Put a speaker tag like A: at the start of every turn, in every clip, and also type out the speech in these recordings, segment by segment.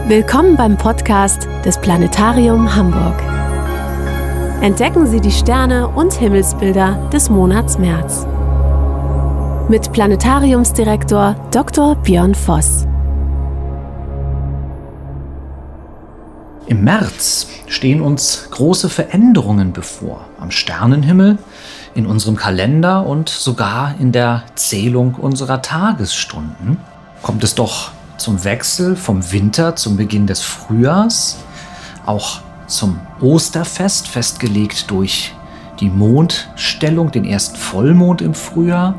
A: Willkommen beim Podcast des Planetarium Hamburg. Entdecken Sie die Sterne und Himmelsbilder des Monats März. Mit Planetariumsdirektor Dr. Björn Voss.
B: Im März stehen uns große Veränderungen bevor. Am Sternenhimmel, in unserem Kalender und sogar in der Zählung unserer Tagesstunden kommt es doch zum Wechsel vom Winter zum Beginn des Frühjahrs, auch zum Osterfest, festgelegt durch die Mondstellung, den ersten Vollmond im Frühjahr.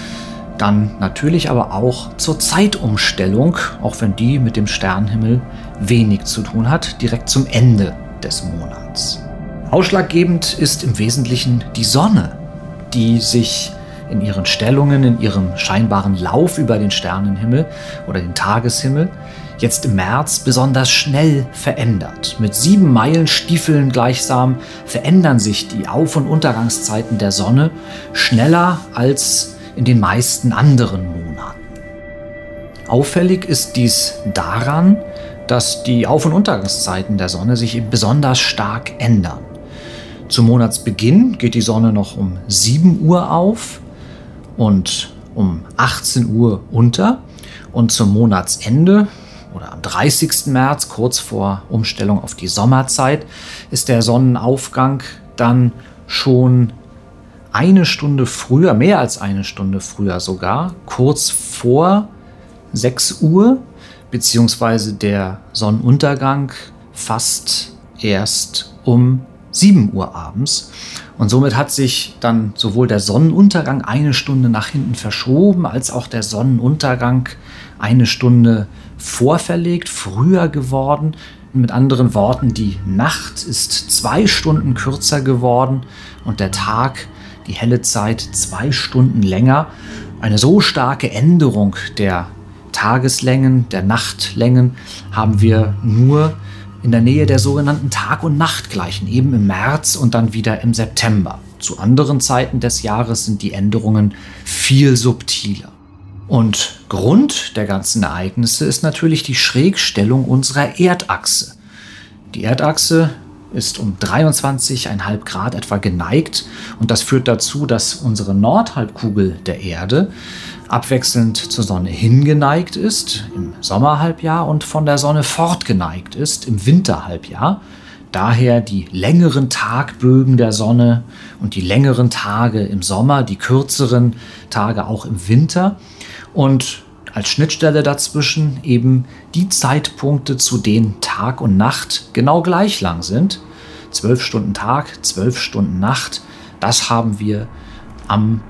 B: Dann natürlich aber auch zur Zeitumstellung, auch wenn die mit dem Sternenhimmel wenig zu tun hat, direkt zum Ende des Monats. Ausschlaggebend ist im Wesentlichen die Sonne, die sich in ihren Stellungen, in ihrem scheinbaren Lauf über den Sternenhimmel oder den Tageshimmel jetzt im März besonders schnell verändert. Mit 7 Meilenstiefeln gleichsam verändern sich die Auf- und Untergangszeiten der Sonne schneller als in den meisten anderen Monaten. Auffällig ist dies daran, dass die Auf- und Untergangszeiten der Sonne sich eben besonders stark ändern. Zum Monatsbeginn geht die Sonne noch um 7 Uhr auf und um 18 Uhr unter. Und zum Monatsende oder am 30. März, kurz vor Umstellung auf die Sommerzeit, ist der Sonnenaufgang dann schon eine Stunde früher, mehr als eine Stunde früher sogar, kurz vor 6 Uhr, beziehungsweise der Sonnenuntergang fast erst um 7 Uhr abends. Und somit hat sich dann sowohl der Sonnenuntergang eine Stunde nach hinten verschoben, als auch der Sonnenuntergang eine Stunde vorverlegt, früher geworden. Mit anderen Worten, die Nacht ist 2 Stunden kürzer geworden und der Tag, die helle Zeit, 2 Stunden länger. Eine so starke Änderung der Tageslängen, der Nachtlängen haben wir nur in der Nähe der sogenannten Tag- und Nachtgleichen, eben im März und dann wieder im September. Zu anderen Zeiten des Jahres sind die Änderungen viel subtiler. Und Grund der ganzen Ereignisse ist natürlich die Schrägstellung unserer Erdachse. Die Erdachse ist um 23,5 Grad etwa geneigt und das führt dazu, dass unsere Nordhalbkugel der Erde abwechselnd zur Sonne hingeneigt ist im Sommerhalbjahr und von der Sonne fortgeneigt ist im Winterhalbjahr. Daher die längeren Tagbögen der Sonne und die längeren Tage im Sommer, die kürzeren Tage auch im Winter. Und als Schnittstelle dazwischen eben die Zeitpunkte, zu denen Tag und Nacht genau gleich lang sind. 12 Stunden Tag, 12 Stunden Nacht. Das haben wir am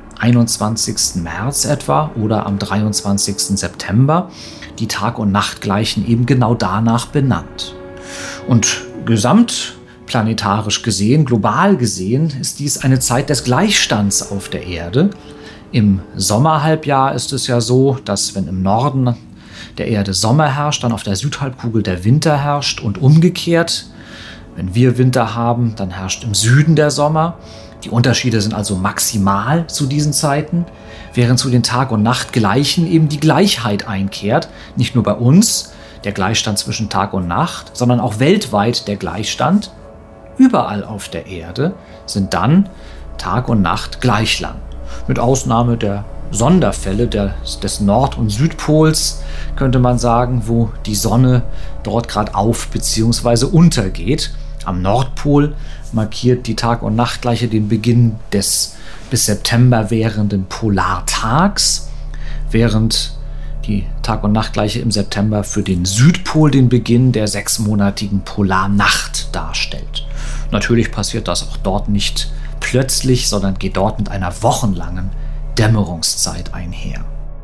B: 21. März etwa oder am 23. September, die Tag- und Nachtgleichen eben genau danach benannt. Und gesamtplanetarisch gesehen, global gesehen, ist dies eine Zeit des Gleichstands auf der Erde. Im Sommerhalbjahr ist es ja so, dass wenn im Norden der Erde Sommer herrscht, dann auf der Südhalbkugel der Winter herrscht und umgekehrt. Wenn wir Winter haben, dann herrscht im Süden der Sommer. Die Unterschiede sind also maximal zu diesen Zeiten, während zu den Tag- und Nachtgleichen eben die Gleichheit einkehrt. Nicht nur bei uns, der Gleichstand zwischen Tag und Nacht, sondern auch weltweit der Gleichstand. Überall auf der Erde sind dann Tag und Nacht gleich lang. Mit Ausnahme der Sonderfälle des Nord- und Südpols, könnte man sagen, wo die Sonne dort gerade auf- bzw. untergeht. Am Nordpol markiert die Tag- und Nachtgleiche den Beginn des bis September währenden Polartags, während die Tag- und Nachtgleiche im September für den Südpol den Beginn der 6-monatigen Polarnacht darstellt. Natürlich passiert das auch dort nicht plötzlich, sondern geht dort mit einer wochenlangen Dämmerungszeit einher.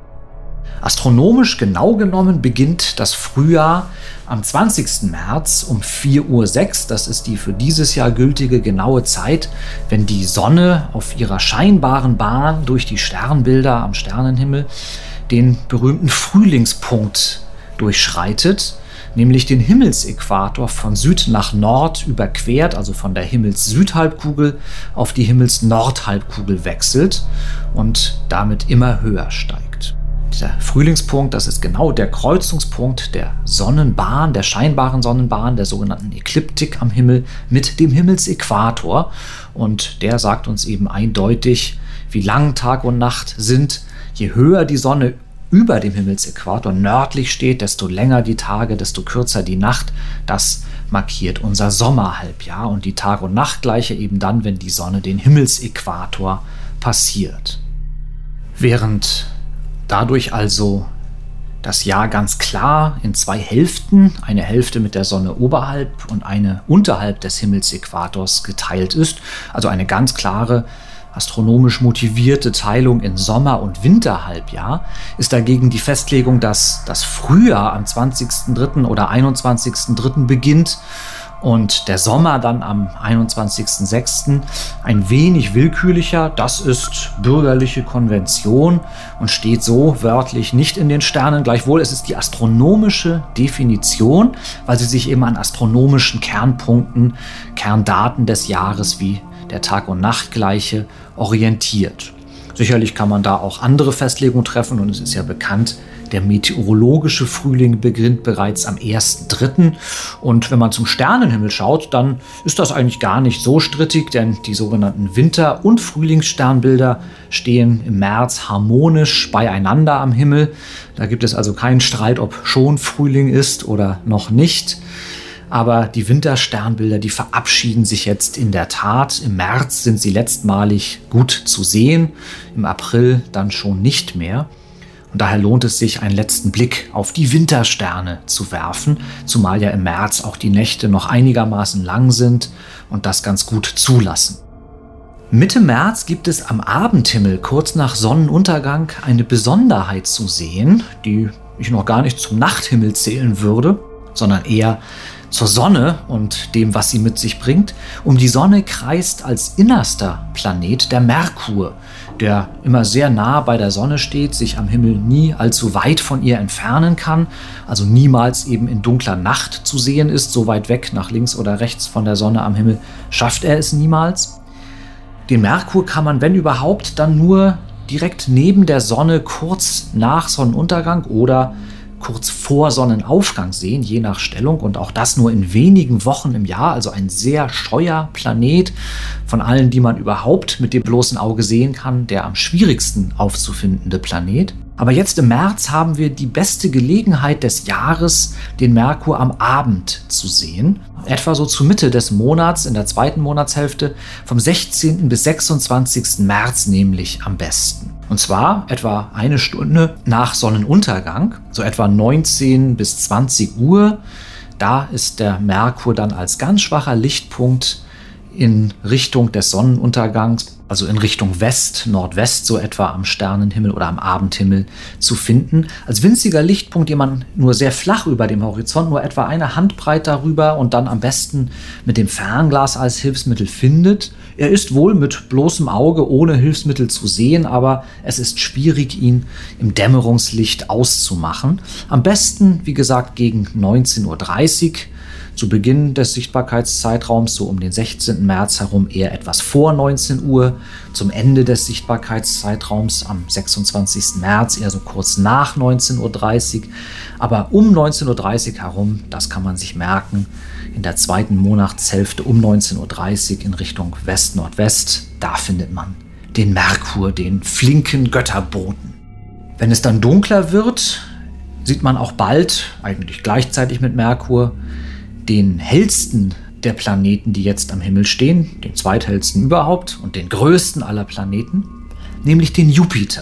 B: Astronomisch genau genommen beginnt das Frühjahr am 20. März um 4:06 Uhr. Das ist die für dieses Jahr gültige genaue Zeit, wenn die Sonne auf ihrer scheinbaren Bahn durch die Sternbilder am Sternenhimmel den berühmten Frühlingspunkt durchschreitet, nämlich den Himmelsäquator von Süd nach Nord überquert, also von der Himmels-Südhalbkugel auf die Himmels-Nordhalbkugel wechselt und damit immer höher steigt. Der Frühlingspunkt, das ist genau der Kreuzungspunkt der Sonnenbahn, der scheinbaren Sonnenbahn, der sogenannten Ekliptik am Himmel mit dem Himmelsäquator. Und der sagt uns eben eindeutig, wie lang Tag und Nacht sind. Je höher die Sonne über dem Himmelsäquator nördlich steht, desto länger die Tage, desto kürzer die Nacht. Das markiert unser Sommerhalbjahr und die Tag- und Nachtgleiche eben dann, wenn die Sonne den Himmelsäquator passiert. Während dadurch also das Jahr ganz klar in 2 Hälften, eine Hälfte mit der Sonne oberhalb und eine unterhalb des Himmelsäquators geteilt ist, also eine ganz klare astronomisch motivierte Teilung in Sommer- und Winterhalbjahr, ist dagegen die Festlegung, dass das Frühjahr am 20.03. oder 21.03. beginnt und der Sommer dann am 21.06. ein wenig willkürlicher. Das ist bürgerliche Konvention und steht so wörtlich nicht in den Sternen. Gleichwohl ist es die astronomische Definition, weil sie sich eben an astronomischen Kernpunkten, Kerndaten des Jahres wie der Tag- und Nachtgleiche orientiert. Sicherlich kann man da auch andere Festlegungen treffen und es ist ja bekannt, der meteorologische Frühling beginnt bereits am 1.3. Und wenn man zum Sternenhimmel schaut, dann ist das eigentlich gar nicht so strittig, denn die sogenannten Winter- und Frühlingssternbilder stehen im März harmonisch beieinander am Himmel. Da gibt es also keinen Streit, ob schon Frühling ist oder noch nicht. Aber die Wintersternbilder, die verabschieden sich jetzt in der Tat. Im März sind sie letztmalig gut zu sehen, im April dann schon nicht mehr. Und daher lohnt es sich, einen letzten Blick auf die Wintersterne zu werfen, zumal ja im März auch die Nächte noch einigermaßen lang sind und das ganz gut zulassen. Mitte März gibt es am Abendhimmel kurz nach Sonnenuntergang eine Besonderheit zu sehen, die ich noch gar nicht zum Nachthimmel zählen würde, sondern eher zur Sonne und dem, was sie mit sich bringt. Um die Sonne kreist als innerster Planet der Merkur, der immer sehr nah bei der Sonne steht, sich am Himmel nie allzu weit von ihr entfernen kann, also niemals eben in dunkler Nacht zu sehen ist, so weit weg nach links oder rechts von der Sonne am Himmel schafft er es niemals. Den Merkur kann man, wenn überhaupt, dann nur direkt neben der Sonne kurz nach Sonnenuntergang oder kurz vor Sonnenaufgang sehen, je nach Stellung, und auch das nur in wenigen Wochen im Jahr, also ein sehr scheuer Planet, von allen, die man überhaupt mit dem bloßen Auge sehen kann, der am schwierigsten aufzufindende Planet. Aber jetzt im März haben wir die beste Gelegenheit des Jahres, den Merkur am Abend zu sehen. Etwa so zur Mitte des Monats, in der zweiten Monatshälfte, vom 16. bis 26. März nämlich am besten. Und zwar etwa eine Stunde nach Sonnenuntergang, so etwa 19 bis 20 Uhr. Da ist der Merkur dann als ganz schwacher Lichtpunkt in Richtung des Sonnenuntergangs, also in Richtung West, Nordwest, so etwa am Sternenhimmel oder am Abendhimmel zu finden. Als winziger Lichtpunkt, den man nur sehr flach über dem Horizont, nur etwa eine Handbreit darüber und dann am besten mit dem Fernglas als Hilfsmittel findet. Er ist wohl mit bloßem Auge ohne Hilfsmittel zu sehen, aber es ist schwierig, ihn im Dämmerungslicht auszumachen. Am besten, wie gesagt, gegen 19.30 Uhr. Zu Beginn des Sichtbarkeitszeitraums, so um den 16. März herum, eher etwas vor 19 Uhr. Zum Ende des Sichtbarkeitszeitraums am 26. März eher so kurz nach 19.30 Uhr. Aber um 19.30 Uhr herum, das kann man sich merken, in der zweiten Monatshälfte um 19.30 Uhr in Richtung West-Nordwest, da findet man den Merkur, den flinken Götterboten. Wenn es dann dunkler wird, sieht man auch bald, eigentlich gleichzeitig mit Merkur, den hellsten der Planeten, die jetzt am Himmel stehen, den zweithellsten überhaupt und den größten aller Planeten, nämlich den Jupiter,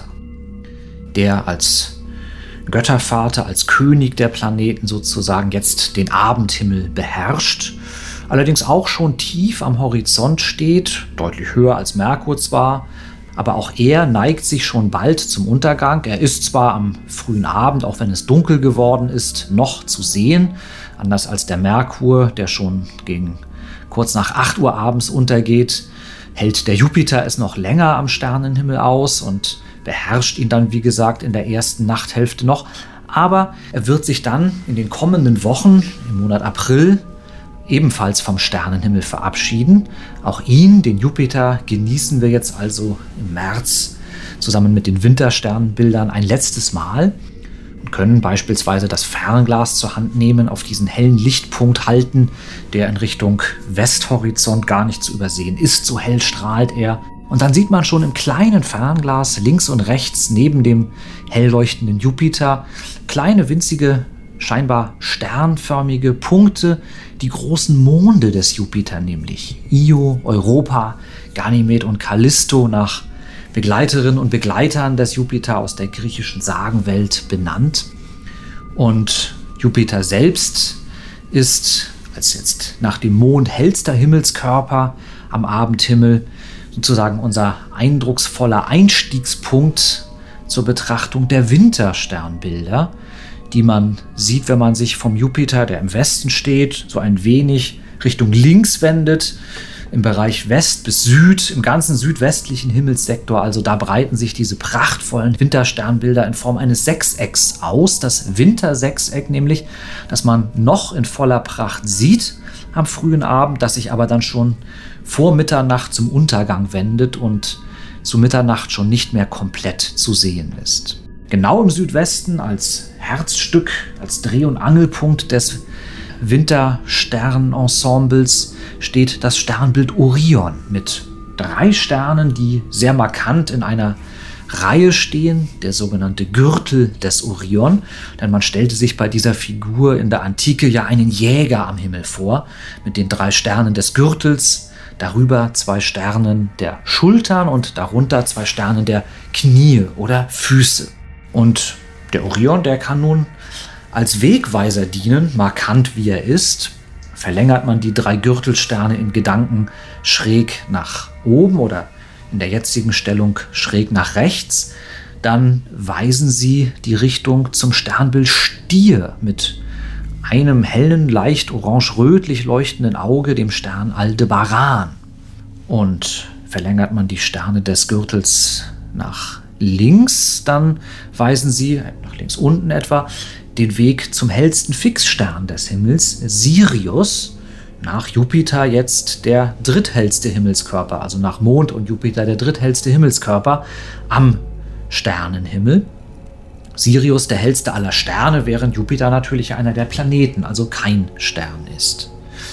B: der als Göttervater, als König der Planeten sozusagen jetzt den Abendhimmel beherrscht, allerdings auch schon tief am Horizont steht, deutlich höher als Merkur zwar, aber auch er neigt sich schon bald zum Untergang. Er ist zwar am frühen Abend, auch wenn es dunkel geworden ist, noch zu sehen, anders als der Merkur, der schon gegen kurz nach 8 Uhr abends untergeht, hält der Jupiter es noch länger am Sternenhimmel aus und beherrscht ihn dann, wie gesagt, in der ersten Nachthälfte noch. Aber er wird sich dann in den kommenden Wochen, im Monat April, ebenfalls vom Sternenhimmel verabschieden. Auch ihn, den Jupiter, genießen wir jetzt also im März zusammen mit den Wintersternbildern ein letztes Mal und können beispielsweise das Fernglas zur Hand nehmen, auf diesen hellen Lichtpunkt halten, der in Richtung Westhorizont gar nicht zu übersehen ist, so hell strahlt er. Und dann sieht man schon im kleinen Fernglas links und rechts neben dem hell leuchtenden Jupiter kleine winzige, scheinbar sternförmige Punkte, die großen Monde des Jupiter, nämlich Io, Europa, Ganymed und Callisto, nach Begleiterinnen und Begleitern des Jupiter aus der griechischen Sagenwelt benannt. Und Jupiter selbst ist als jetzt nach dem Mond hellster Himmelskörper am Abendhimmel sozusagen unser eindrucksvoller Einstiegspunkt zur Betrachtung der Wintersternbilder, die man sieht, wenn man sich vom Jupiter, der im Westen steht, so ein wenig Richtung links wendet, im Bereich West bis Süd, im ganzen südwestlichen Himmelssektor. Also da breiten sich diese prachtvollen Wintersternbilder in Form eines Sechsecks aus. Das Wintersechseck nämlich, das man noch in voller Pracht sieht am frühen Abend, das sich aber dann schon vor Mitternacht zum Untergang wendet und zu Mitternacht schon nicht mehr komplett zu sehen ist. Genau im Südwesten als Herzstück, als Dreh- und Angelpunkt des Wintersternensembles steht das Sternbild Orion mit 3 Sternen, die sehr markant in einer Reihe stehen, der sogenannte Gürtel des Orion. Denn man stellte sich bei dieser Figur in der Antike ja einen Jäger am Himmel vor, mit den 3 Sternen des Gürtels, darüber 2 Sternen der Schultern und darunter 2 Sternen der Knie oder Füße. Und der Orion, der kann nun als Wegweiser dienen, markant wie er ist. Verlängert man die 3 Gürtelsterne in Gedanken schräg nach oben oder in der jetzigen Stellung schräg nach rechts, dann weisen sie die Richtung zum Sternbild Stier mit einem hellen, leicht orange-rötlich leuchtenden Auge, dem Stern Aldebaran. Und verlängert man die Sterne des Gürtels nach links, dann weisen sie, nach links unten etwa, den Weg zum hellsten Fixstern des Himmels, Sirius, nach Jupiter jetzt der dritthellste Himmelskörper, also nach Mond und Jupiter der dritthellste Himmelskörper am Sternenhimmel. Sirius der hellste aller Sterne, während Jupiter natürlich einer der Planeten, also kein Stern ist.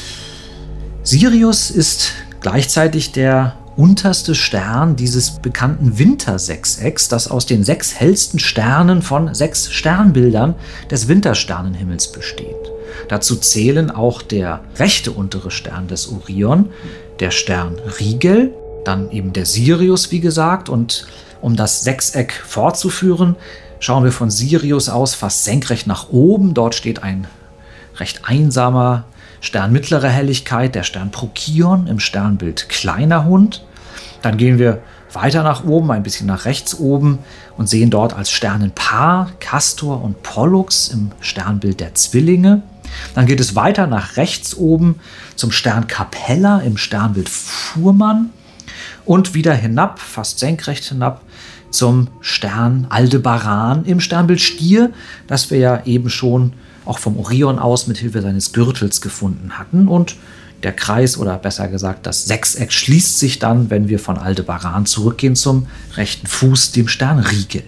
B: Sirius ist gleichzeitig der unterste Stern dieses bekannten Wintersechsecks, das aus den 6 hellsten Sternen von 6 Sternbildern des Wintersternenhimmels besteht. Dazu zählen auch der rechte untere Stern des Orion, der Stern Rigel, dann eben der Sirius, wie gesagt. Und um das Sechseck fortzuführen, schauen wir von Sirius aus fast senkrecht nach oben. Dort steht ein recht einsamer Stern mittlerer Helligkeit, der Stern Prokion im Sternbild Kleiner Hund. Dann gehen wir weiter nach oben, ein bisschen nach rechts oben und sehen dort als Sternenpaar Castor und Pollux im Sternbild der Zwillinge. Dann geht es weiter nach rechts oben zum Stern Capella im Sternbild Fuhrmann und wieder hinab, fast senkrecht hinab, zum Stern Aldebaran im Sternbild Stier, das wir ja eben schon auch vom Orion aus mit Hilfe seines Gürtels gefunden hatten. Und der Kreis oder besser gesagt das Sechseck schließt sich dann, wenn wir von Aldebaran zurückgehen zum rechten Fuß, dem Stern Rigel.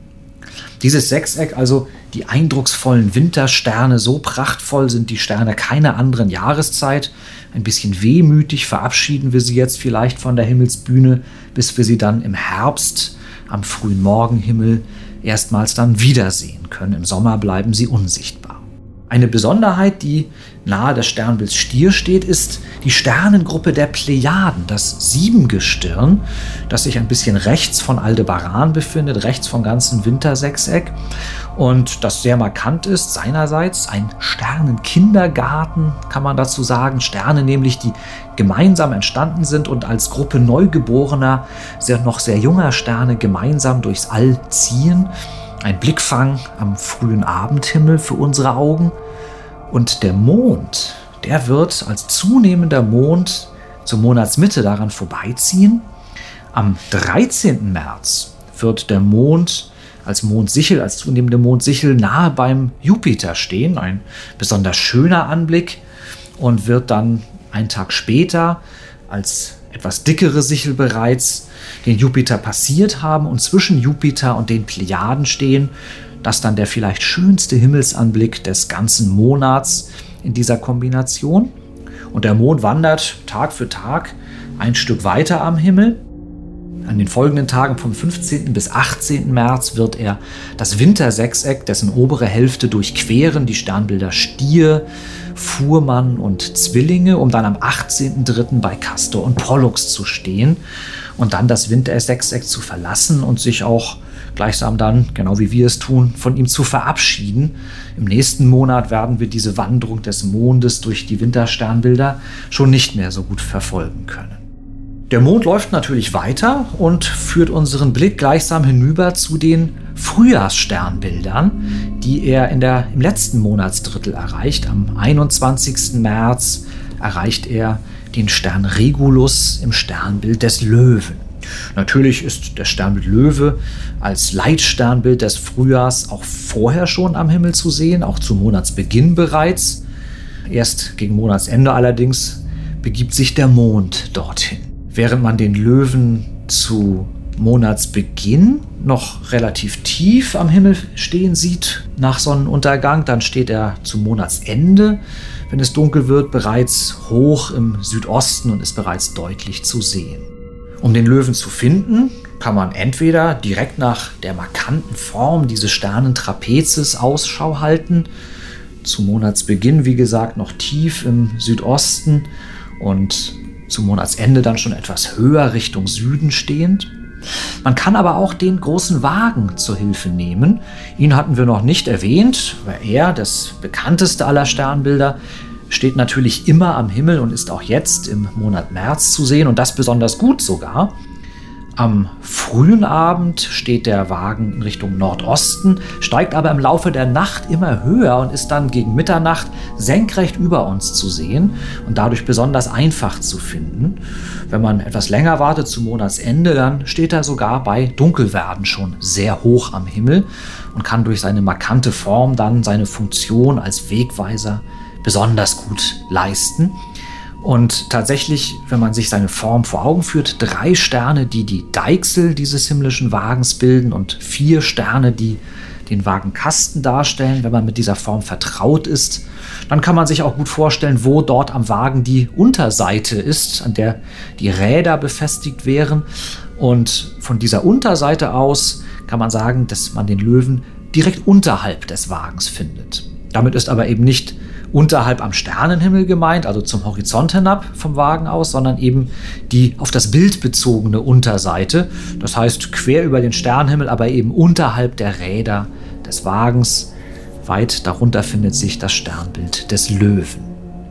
B: Dieses Sechseck, also die eindrucksvollen Wintersterne, so prachtvoll sind die Sterne keiner anderen Jahreszeit. Ein bisschen wehmütig verabschieden wir sie jetzt vielleicht von der Himmelsbühne, bis wir sie dann im Herbst am frühen Morgenhimmel erstmals dann wiedersehen können. Im Sommer bleiben sie unsichtbar. Eine Besonderheit, die nahe des Sternbilds Stier steht, ist die Sternengruppe der Plejaden, das Siebengestirn, das sich ein bisschen rechts von Aldebaran befindet, rechts vom ganzen Wintersechseck und das sehr markant ist, seinerseits ein Sternenkindergarten, kann man dazu sagen. Sterne nämlich, die gemeinsam entstanden sind und als Gruppe neugeborener, noch sehr junger Sterne gemeinsam durchs All ziehen. Ein Blickfang am frühen Abendhimmel für unsere Augen. Und der Mond, der wird als zunehmender Mond zur Monatsmitte daran vorbeiziehen. Am 13. März wird der Mond als Mondsichel, als zunehmende Mondsichel nahe beim Jupiter stehen. Ein besonders schöner Anblick und wird dann einen Tag später als etwas dickere Sichel bereits den Jupiter passiert haben und zwischen Jupiter und den Plejaden stehen. Das ist dann der vielleicht schönste Himmelsanblick des ganzen Monats in dieser Kombination. Und der Mond wandert Tag für Tag ein Stück weiter am Himmel. An den folgenden Tagen vom 15. bis 18. März wird er das Wintersechseck, dessen obere Hälfte durchqueren, die Sternbilder Stier, Fuhrmann und Zwillinge, um dann am 18.03. bei Castor und Pollux zu stehen und dann das Wintersechseck zu verlassen und sich auch gleichsam dann, genau wie wir es tun, von ihm zu verabschieden. Im nächsten Monat werden wir diese Wanderung des Mondes durch die Wintersternbilder schon nicht mehr so gut verfolgen können. Der Mond läuft natürlich weiter und führt unseren Blick gleichsam hinüber zu den Frühjahrssternbildern, die er im letzten Monatsdrittel erreicht. Am 21. März erreicht er den Stern Regulus im Sternbild des Löwen. Natürlich ist das Sternbild Löwe als Leitsternbild des Frühjahrs auch vorher schon am Himmel zu sehen, auch zu Monatsbeginn bereits. Erst gegen Monatsende allerdings begibt sich der Mond dorthin. Während man den Löwen zu Monatsbeginn noch relativ tief am Himmel stehen sieht nach Sonnenuntergang, dann steht er zu Monatsende, wenn es dunkel wird, bereits hoch im Südosten und ist bereits deutlich zu sehen. Um den Löwen zu finden, kann man entweder direkt nach der markanten Form dieses Sternentrapezes Ausschau halten, zu Monatsbeginn, wie gesagt, noch tief im Südosten und zum Monatsende dann schon etwas höher Richtung Süden stehend. Man kann aber auch den großen Wagen zur Hilfe nehmen. Ihn hatten wir noch nicht erwähnt, weil er, das bekannteste aller Sternbilder, steht natürlich immer am Himmel und ist auch jetzt im Monat März zu sehen und das besonders gut sogar. Am frühen Abend steht der Wagen in Richtung Nordosten, steigt aber im Laufe der Nacht immer höher und ist dann gegen Mitternacht senkrecht über uns zu sehen und dadurch besonders einfach zu finden. Wenn man etwas länger wartet zum Monatsende, dann steht er sogar bei Dunkelwerden schon sehr hoch am Himmel und kann durch seine markante Form dann seine Funktion als Wegweiser besonders gut leisten. Und tatsächlich, wenn man sich seine Form vor Augen führt, 3 Sterne, die die Deichsel dieses himmlischen Wagens bilden und 4 Sterne, die den Wagenkasten darstellen. Wenn man mit dieser Form vertraut ist, dann kann man sich auch gut vorstellen, wo dort am Wagen die Unterseite ist, an der die Räder befestigt wären. Und von dieser Unterseite aus kann man sagen, dass man den Löwen direkt unterhalb des Wagens findet. Damit ist aber eben nicht unterhalb am Sternenhimmel gemeint, also zum Horizont hinab vom Wagen aus, sondern eben die auf das Bild bezogene Unterseite. Das heißt quer über den Sternenhimmel, aber eben unterhalb der Räder des Wagens. Weit darunter findet sich das Sternbild des Löwen.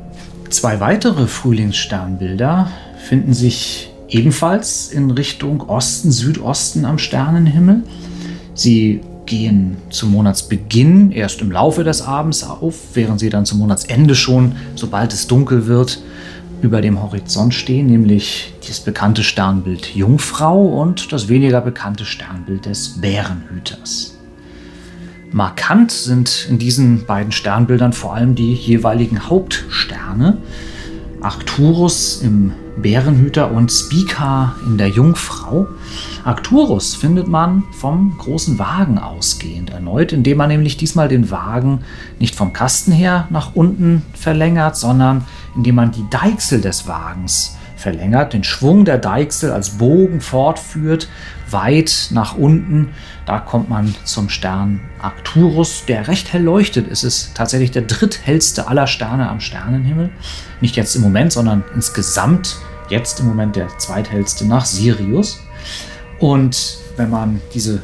B: 2 weitere Frühlingssternbilder finden sich ebenfalls in Richtung Osten, Südosten am Sternenhimmel. Sie gehen zum Monatsbeginn erst im Laufe des Abends auf, während sie dann zum Monatsende schon, sobald es dunkel wird, über dem Horizont stehen, nämlich das bekannte Sternbild Jungfrau und das weniger bekannte Sternbild des Bärenhüters. Markant sind in diesen beiden Sternbildern vor allem die jeweiligen Hauptsterne, Arcturus im Bärenhüter und Spica in der Jungfrau. Arcturus findet man vom großen Wagen ausgehend erneut, indem man nämlich diesmal den Wagen nicht vom Kasten her nach unten verlängert, sondern indem man die Deichsel des Wagens verlängert, den Schwung der Deichsel als Bogen fortführt, weit nach unten. Da kommt man zum Stern Arcturus, der recht hell leuchtet. Es ist tatsächlich der dritthellste aller Sterne am Sternenhimmel. Nicht jetzt im Moment, sondern insgesamt jetzt im Moment der zweithellste nach Sirius. Und wenn man diesen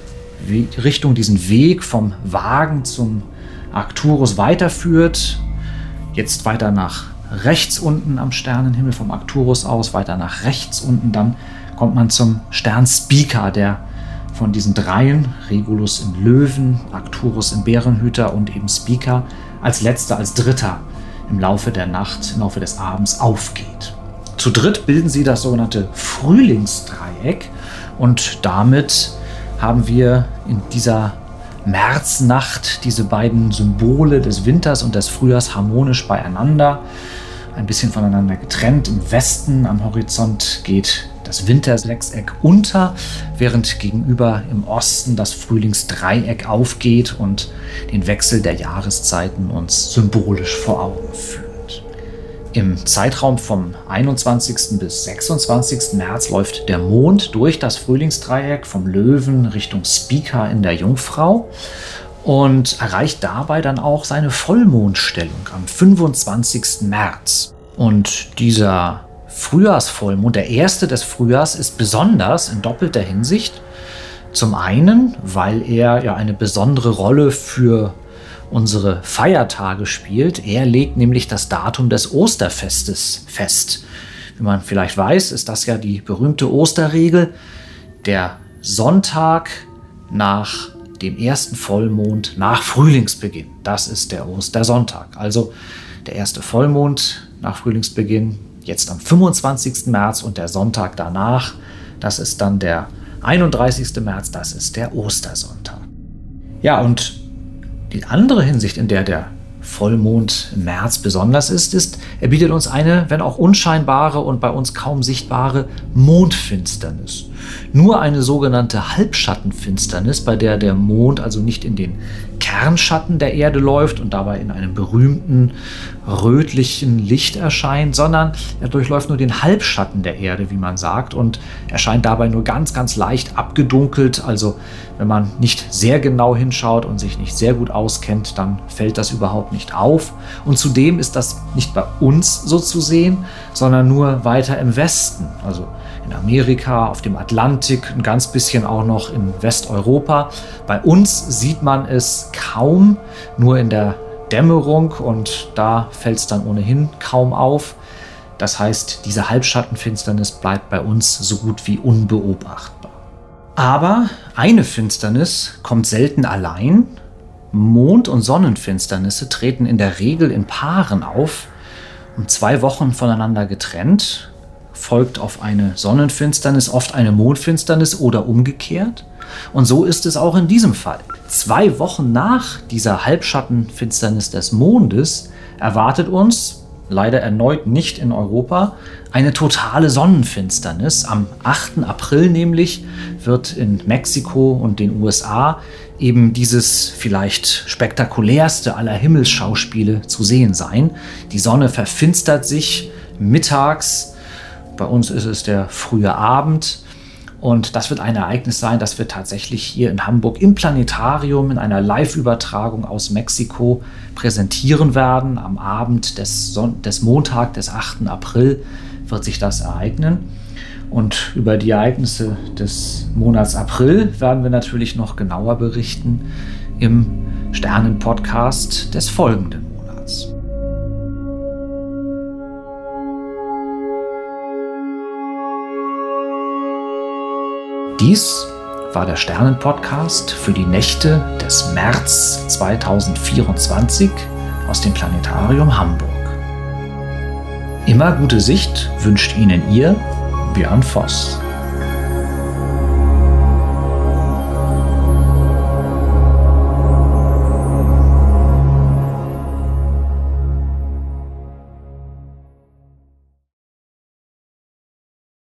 B: Weg vom Wagen zum Arcturus weiterführt, jetzt weiter nach rechts unten am Sternenhimmel vom Arcturus aus, weiter nach rechts unten, dann kommt man zum Stern Spica, der von diesen 3, Regulus im Löwen, Arcturus im Bärenhüter und eben Spica, als letzter, als dritter im Laufe der Nacht, im Laufe des Abends aufgeht. Zu dritt bilden sie das sogenannte Frühlingsdreieck und damit haben wir in dieser Märznacht diese beiden Symbole des Winters und des Frühjahrs harmonisch beieinander. ein bisschen voneinander getrennt. Im Westen am Horizont geht das Wintersechseck unter, während gegenüber im Osten das Frühlingsdreieck aufgeht und den Wechsel der Jahreszeiten uns symbolisch vor Augen führt. Im Zeitraum vom 21. bis 26. März läuft der Mond durch das Frühlingsdreieck vom Löwen Richtung Spica in der Jungfrau und erreicht dabei dann auch seine Vollmondstellung am 25. März. Und dieser Frühjahrsvollmond, der erste des Frühjahrs, ist besonders in doppelter Hinsicht. Zum einen, weil er ja eine besondere Rolle für unsere Feiertage spielt. Er legt nämlich das Datum des Osterfestes fest. Wie man vielleicht weiß, ist das ja die berühmte Osterregel. Der Sonntag nach dem ersten Vollmond nach Frühlingsbeginn. Das ist der Ostersonntag. Also der erste Vollmond nach Frühlingsbeginn, jetzt am 25. März und der Sonntag danach, das ist dann der 31. März, das ist der Ostersonntag. Ja, und die andere Hinsicht, in der der Vollmond im März besonders ist, er bietet uns eine, wenn auch unscheinbare und bei uns kaum sichtbare Mondfinsternis. Nur eine sogenannte Halbschattenfinsternis, bei der der Mond also nicht in den Kernschatten der Erde läuft und dabei in einem berühmten rötlichen Licht erscheint, sondern er durchläuft nur den Halbschatten der Erde, wie man sagt, und erscheint dabei nur ganz, ganz leicht abgedunkelt. Also wenn man nicht sehr genau hinschaut und sich nicht sehr gut auskennt, dann fällt das überhaupt nicht auf. Und zudem ist das nicht bei uns so zu sehen, sondern nur weiter im Westen, also in Amerika, auf dem Atlantik, ein ganz bisschen auch noch in Westeuropa. Bei uns sieht man es kaum, nur in der Dämmerung, und da fällt es dann ohnehin kaum auf. Das heißt, diese Halbschattenfinsternis bleibt bei uns so gut wie unbeobachtbar. Aber eine Finsternis kommt selten allein. Mond- und Sonnenfinsternisse treten in der Regel in Paaren auf, um 2 Wochen voneinander getrennt. Folgt auf eine Sonnenfinsternis oft eine Mondfinsternis oder umgekehrt. Und so ist es auch in diesem Fall. 2 Wochen nach dieser Halbschattenfinsternis des Mondes erwartet uns, leider erneut nicht in Europa, eine totale Sonnenfinsternis. Am 8. April nämlich wird in Mexiko und den USA eben dieses vielleicht spektakulärste aller Himmelsschauspiele zu sehen sein. Die Sonne verfinstert sich mittags. Bei uns ist es der frühe Abend, und das wird ein Ereignis sein, das wir tatsächlich hier in Hamburg im Planetarium in einer Live-Übertragung aus Mexiko präsentieren werden. Am Abend des Montag, des 8. April, wird sich das ereignen. Und über die Ereignisse des Monats April werden wir natürlich noch genauer berichten im Sternen-Podcast des folgenden Monats. Dies war der Sternen-Podcast für die Nächte des März 2024 aus dem Planetarium Hamburg. Immer gute Sicht wünscht Ihnen Ihr Björn Voss.